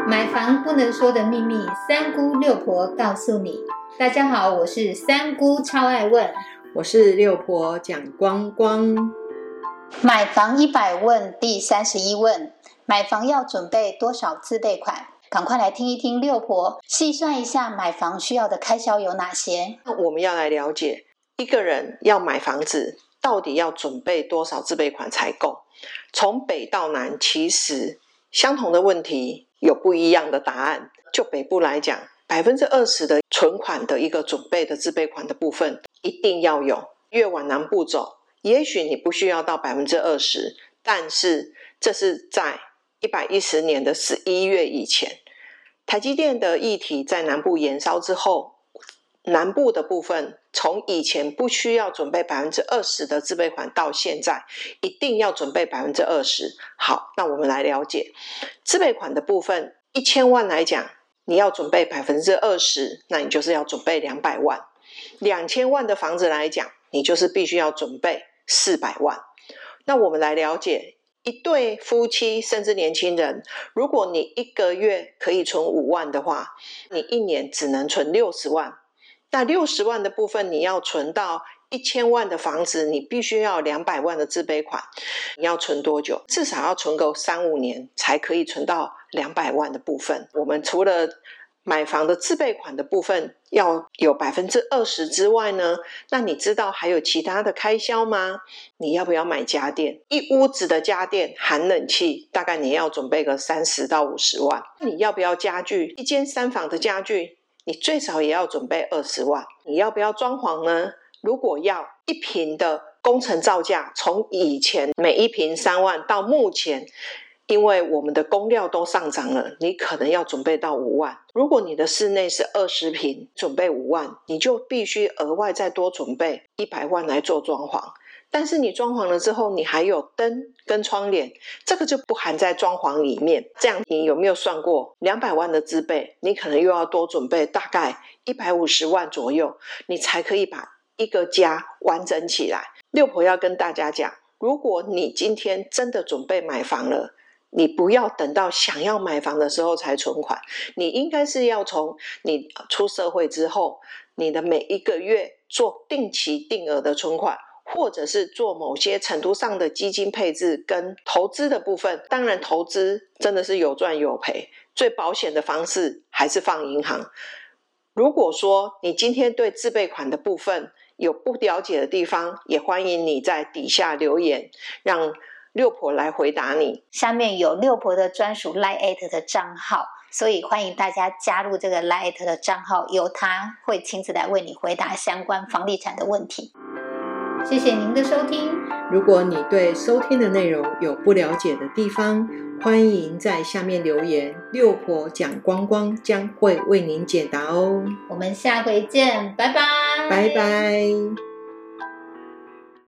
买房不能说的秘密，三姑六婆告诉你。大家好，我是三姑超爱问， 我是六婆蒋光光。 买房100问第31问，买房要准备多少自备款？赶快来听一听六婆细算一下买房需要的开销有哪些。 我们要来了解一个人要买房子到底要准备多少自备款才够。从北到南，其实相同的问题有不一样的答案。就北部来讲，20%的存款的一个准备的自备款的部分一定要有。越往南部走，也许你不需要到20%，但是这是在110年的11月以前。台积电的议题在南部延烧之后，南部的部分从以前不需要准备20%的自备款，到现在一定要准备20%。好，那我们来了解自备款的部分。1000万来讲，你要准备20%，那你就是要准备200万。2000万的房子来讲，你就是必须要准备400万。那我们来了解一对夫妻甚至年轻人，如果你一个月可以存5万的话，你一年只能存60万。那60万的部分你要存到1000万的房子，你必须要200万的自备款。你要存多久？至少要存够3-5年才可以存到200万的部分。我们除了买房的自备款的部分要有20%之外呢，那你知道还有其他的开销吗？你要不要买家电？一屋子的家电含冷气，大概你要准备个30到50万。你要不要家具？一间3房的家具，你最少也要准备20万。你要不要装潢呢？如果要1坪的工程造价，从以前每1坪3万到目前，因为我们的工料都上涨了，你可能要准备到5万。如果你的室内是20坪，准备5万，你就必须额外再多准备100万来做装潢。但是你装潢了之后，你还有灯跟窗帘，这个就不含在装潢里面。这样你有没有算过200万的自备，你可能又要多准备大概150万左右，你才可以把一个家完整起来。六婆要跟大家讲，如果你今天真的准备买房了，你不要等到想要买房的时候才存款，你应该是要从你出社会之后，你的每一个月做定期定额的存款，或者是做某些程度上的基金配置跟投资的部分。当然投资真的是有赚有赔，最保险的方式还是放银行。如果说你今天对自备款的部分有不了解的地方，也欢迎你在底下留言，让六婆来回答你。 下面有六婆的专属 LINE@ 的账号，所以欢迎大家加入这个 LINE@ 的账号，由他会亲自来为你回答相关房地产的问题。谢谢您的收听。 如果你对收听的内容有不了解的地方，欢迎在下面留言，六婆蒋光光将会为您解答哦。 我们下回见，拜拜。 拜拜。